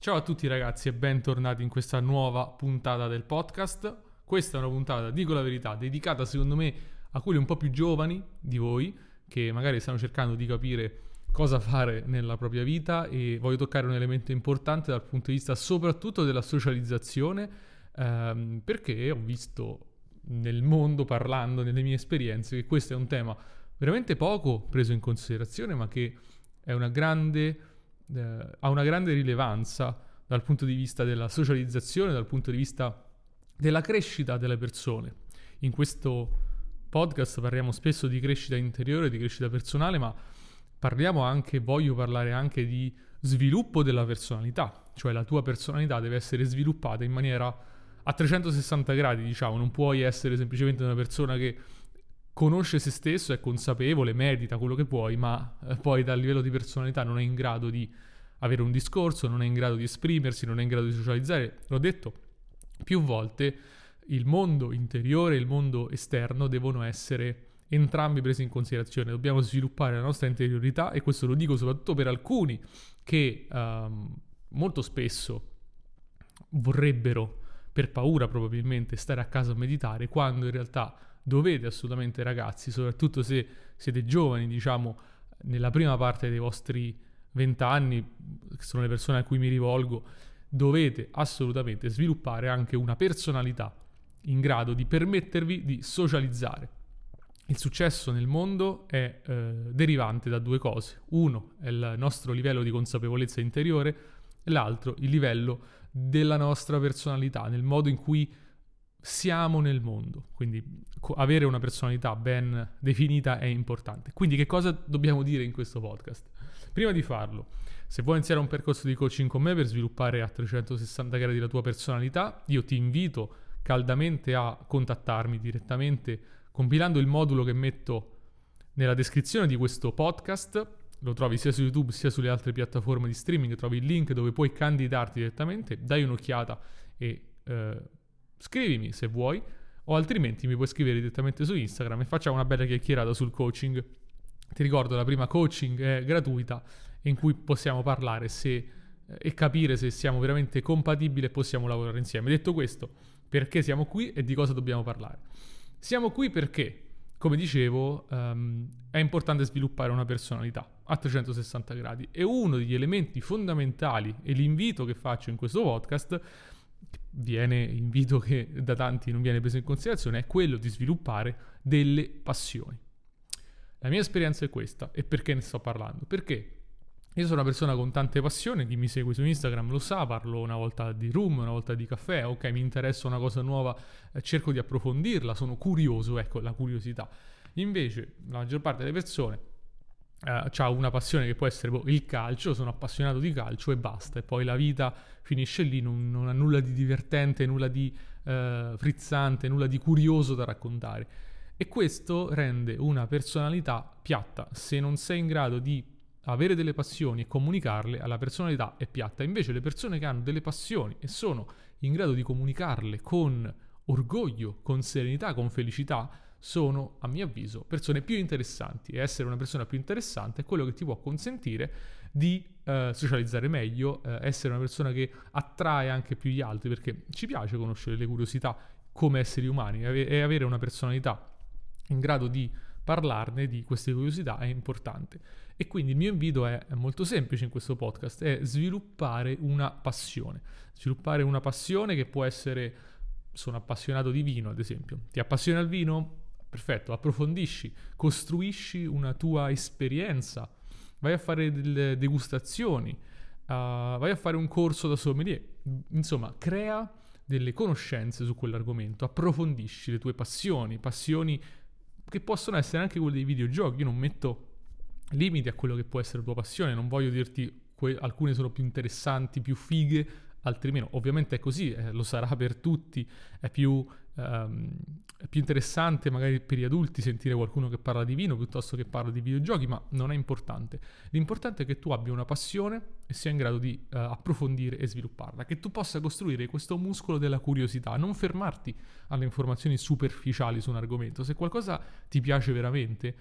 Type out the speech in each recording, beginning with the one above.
Ciao a tutti ragazzi e bentornati in questa nuova puntata del podcast. Questa è una puntata, dico la verità, dedicata secondo me a quelli un po' più giovani di voi che magari stanno cercando di capire cosa fare nella propria vita, e voglio toccare un elemento importante dal punto di vista soprattutto della socializzazione, perché ho visto nel mondo, parlando nelle mie esperienze, che questo è un tema veramente poco preso in considerazione, ma che è ha una grande rilevanza dal punto di vista della socializzazione, dal punto di vista della crescita delle persone. In questo podcast parliamo spesso di crescita interiore, di crescita personale, ma voglio parlare anche di sviluppo della personalità, cioè la tua personalità deve essere sviluppata in maniera a 360 gradi, diciamo, non puoi essere semplicemente una persona che conosce se stesso, è consapevole, medita quello che puoi, ma poi dal livello di personalità non è in grado di avere un discorso, non è in grado di esprimersi, non è in grado di socializzare. L'ho detto più volte, il mondo interiore e il mondo esterno devono essere entrambi presi in considerazione. Dobbiamo sviluppare la nostra interiorità, e questo lo dico soprattutto per alcuni che molto spesso vorrebbero, per paura probabilmente, stare a casa a meditare, quando in realtà dovete assolutamente, ragazzi, soprattutto se siete giovani, diciamo nella prima parte dei vostri 20 anni, che sono le persone a cui mi rivolgo, dovete assolutamente sviluppare anche una personalità in grado di permettervi di socializzare. Il successo nel mondo è derivante da due cose: uno è il nostro livello di consapevolezza interiore, e l'altro il livello della nostra personalità, nel modo in cui siamo nel mondo. Quindi avere una personalità ben definita è importante. Quindi che cosa dobbiamo dire in questo podcast? Prima di farlo, se vuoi iniziare un percorso di coaching con me per sviluppare a 360 gradi la tua personalità, io ti invito caldamente a contattarmi direttamente compilando il modulo che metto nella descrizione di questo podcast. Lo trovi sia su YouTube sia sulle altre piattaforme di streaming, trovi il link dove puoi candidarti direttamente, dai un'occhiata e scrivimi se vuoi, o altrimenti mi puoi scrivere direttamente su Instagram e facciamo una bella chiacchierata sul coaching. Ti ricordo, la prima coaching è gratuita, in cui possiamo parlare e capire se siamo veramente compatibili e possiamo lavorare insieme. Detto questo, perché siamo qui e di cosa dobbiamo parlare? Siamo qui perché, come dicevo, è importante sviluppare una personalità a 360 gradi, e uno degli elementi fondamentali, e l'invito che faccio in questo podcast, invito che da tanti non viene preso in considerazione, è quello di sviluppare delle passioni. La mia esperienza è questa. E perché ne sto parlando? Perché io sono una persona con tante passioni, chi mi segue su Instagram lo sa, parlo una volta di rum, una volta di caffè, ok, mi interessa una cosa nuova, cerco di approfondirla, sono curioso, ecco, la curiosità. Invece la maggior parte delle persone c'ha una passione che può essere il calcio, sono appassionato di calcio e basta, e poi la vita finisce lì, non ha nulla di divertente, nulla di frizzante, nulla di curioso da raccontare, e questo rende una personalità piatta. Se non sei in grado di avere delle passioni e comunicarle, alla personalità è piatta. Invece le persone che hanno delle passioni e sono in grado di comunicarle con orgoglio, con serenità, con felicità, sono, a mio avviso, persone più interessanti. E essere una persona più interessante è quello che ti può consentire di socializzare meglio, essere una persona che attrae anche più gli altri, perché ci piace conoscere le curiosità come esseri umani, e avere una personalità in grado di parlarne di queste curiosità è importante. E quindi il mio invito è molto semplice in questo podcast: è sviluppare una passione che può essere: sono appassionato di vino, ad esempio. Ti appassiona il vino? Perfetto, approfondisci, costruisci una tua esperienza, vai a fare delle degustazioni, vai a fare un corso da sommelier, insomma, crea delle conoscenze su quell'argomento, approfondisci le tue passioni che possono essere anche quelle dei videogiochi. Io non metto limiti a quello che può essere la tua passione, non voglio dirti alcune sono più interessanti, più fighe, altri meno. Ovviamente è così, lo sarà per tutti, è più interessante magari per gli adulti sentire qualcuno che parla di vino piuttosto che parla di videogiochi, ma non è importante. L'importante è che tu abbia una passione e sia in grado di approfondire e svilupparla, che tu possa costruire questo muscolo della curiosità, non fermarti alle informazioni superficiali su un argomento. Se qualcosa ti piace veramente,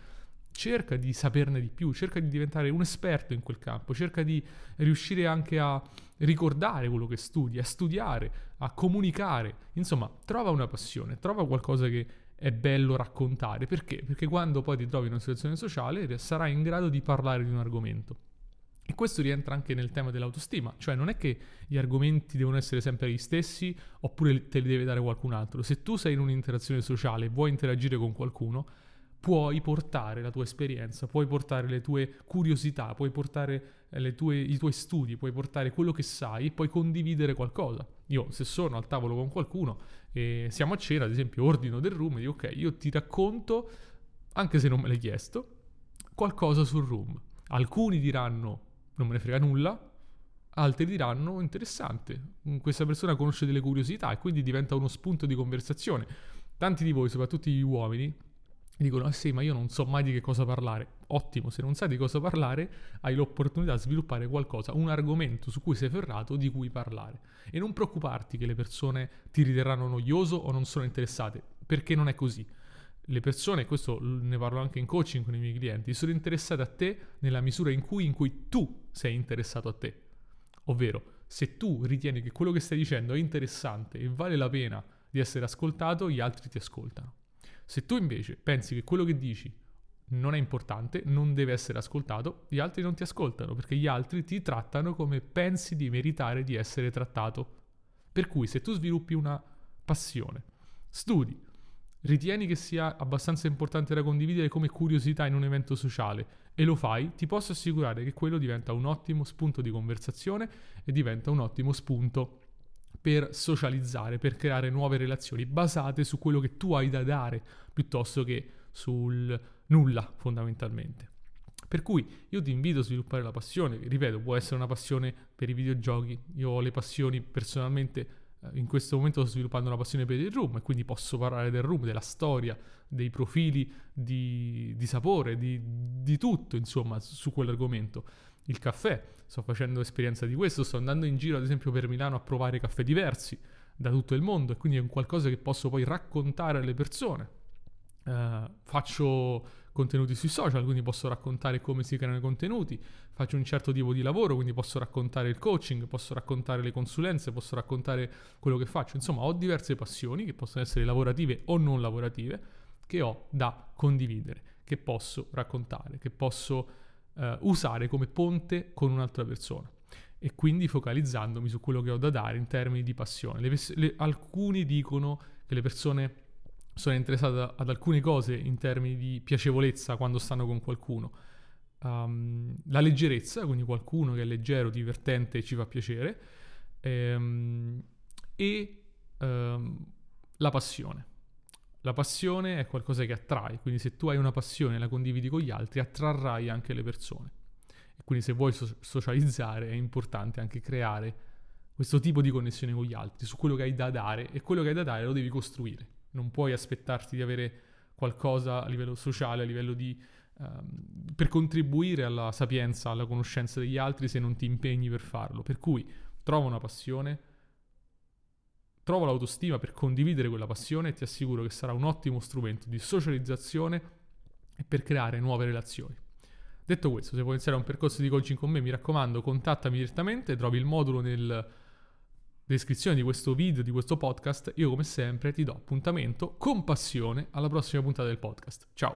cerca di saperne di più, cerca di diventare un esperto in quel campo, cerca di riuscire anche a ricordare quello che studi, a studiare, a comunicare. Insomma, trova una passione, trova qualcosa che è bello raccontare. Perché? Perché quando poi ti trovi in una situazione sociale sarai in grado di parlare di un argomento. E questo rientra anche nel tema dell'autostima, cioè non è che gli argomenti devono essere sempre gli stessi oppure te li deve dare qualcun altro. Se tu sei in un'interazione sociale e vuoi interagire con qualcuno, puoi portare la tua esperienza, puoi portare le tue curiosità, puoi portare i tuoi studi, puoi portare quello che sai e puoi condividere qualcosa. Io se sono al tavolo con qualcuno e siamo a cena, ad esempio ordino del Room e dico ok, io ti racconto, anche se non me l'hai chiesto, qualcosa sul Room. Alcuni diranno non me ne frega nulla, altri diranno interessante, questa persona conosce delle curiosità e quindi diventa uno spunto di conversazione. Tanti di voi, soprattutto gli uomini, dicono sì, ma io non so mai di che cosa parlare. Ottimo, se non sai di cosa parlare hai l'opportunità di sviluppare qualcosa, un argomento su cui sei ferrato, di cui parlare. E non preoccuparti che le persone ti riterranno noioso o non sono interessate, perché non è così. Le persone, questo ne parlo anche in coaching con i miei clienti, sono interessate a te nella misura in cui tu sei interessato a te. Ovvero, se tu ritieni che quello che stai dicendo è interessante e vale la pena di essere ascoltato, gli altri ti ascoltano. Se tu invece pensi che quello che dici non è importante, non deve essere ascoltato, gli altri non ti ascoltano perché gli altri ti trattano come pensi di meritare di essere trattato. Per cui se tu sviluppi una passione, studi, ritieni che sia abbastanza importante da condividere come curiosità in un evento sociale e lo fai, ti posso assicurare che quello diventa un ottimo spunto di conversazione e diventa un ottimo spunto per socializzare, per creare nuove relazioni basate su quello che tu hai da dare piuttosto che sul nulla fondamentalmente. Per cui io ti invito a sviluppare la passione, ripeto, può essere una passione per i videogiochi, io ho le passioni personalmente. In questo momento sto sviluppando una passione per il Room e quindi posso parlare del Room, della storia, dei profili di sapore, di tutto insomma su quell'argomento. Il caffè, sto facendo esperienza di questo, sto andando in giro ad esempio per Milano a provare caffè diversi da tutto il mondo e quindi è un qualcosa che posso poi raccontare alle persone. Faccio contenuti sui social, quindi posso raccontare come si creano i contenuti, faccio un certo tipo di lavoro, quindi posso raccontare il coaching, posso raccontare le consulenze, posso raccontare quello che faccio. Insomma, ho diverse passioni che possono essere lavorative o non lavorative che ho da condividere, che posso raccontare, che posso usare come ponte con un'altra persona e quindi focalizzandomi su quello che ho da dare in termini di passione. Alcuni dicono che le persone sono interessate ad alcune cose in termini di piacevolezza quando stanno con qualcuno. La leggerezza, quindi qualcuno che è leggero, divertente e ci fa piacere, la passione. La passione è qualcosa che attrae, quindi se tu hai una passione e la condividi con gli altri, attrarrai anche le persone. E quindi se vuoi socializzare è importante anche creare questo tipo di connessione con gli altri, su quello che hai da dare, e quello che hai da dare lo devi costruire. Non puoi aspettarti di avere qualcosa a livello sociale, a livello di per contribuire alla sapienza, alla conoscenza degli altri se non ti impegni per farlo. Per cui trova una passione, trova l'autostima per condividere quella passione e ti assicuro che sarà un ottimo strumento di socializzazione e per creare nuove relazioni. Detto questo, se vuoi iniziare un percorso di coaching con me, mi raccomando, contattami direttamente, trovi il modulo nella descrizione di questo video, di questo podcast. Io come sempre ti do appuntamento con passione alla prossima puntata del podcast. Ciao!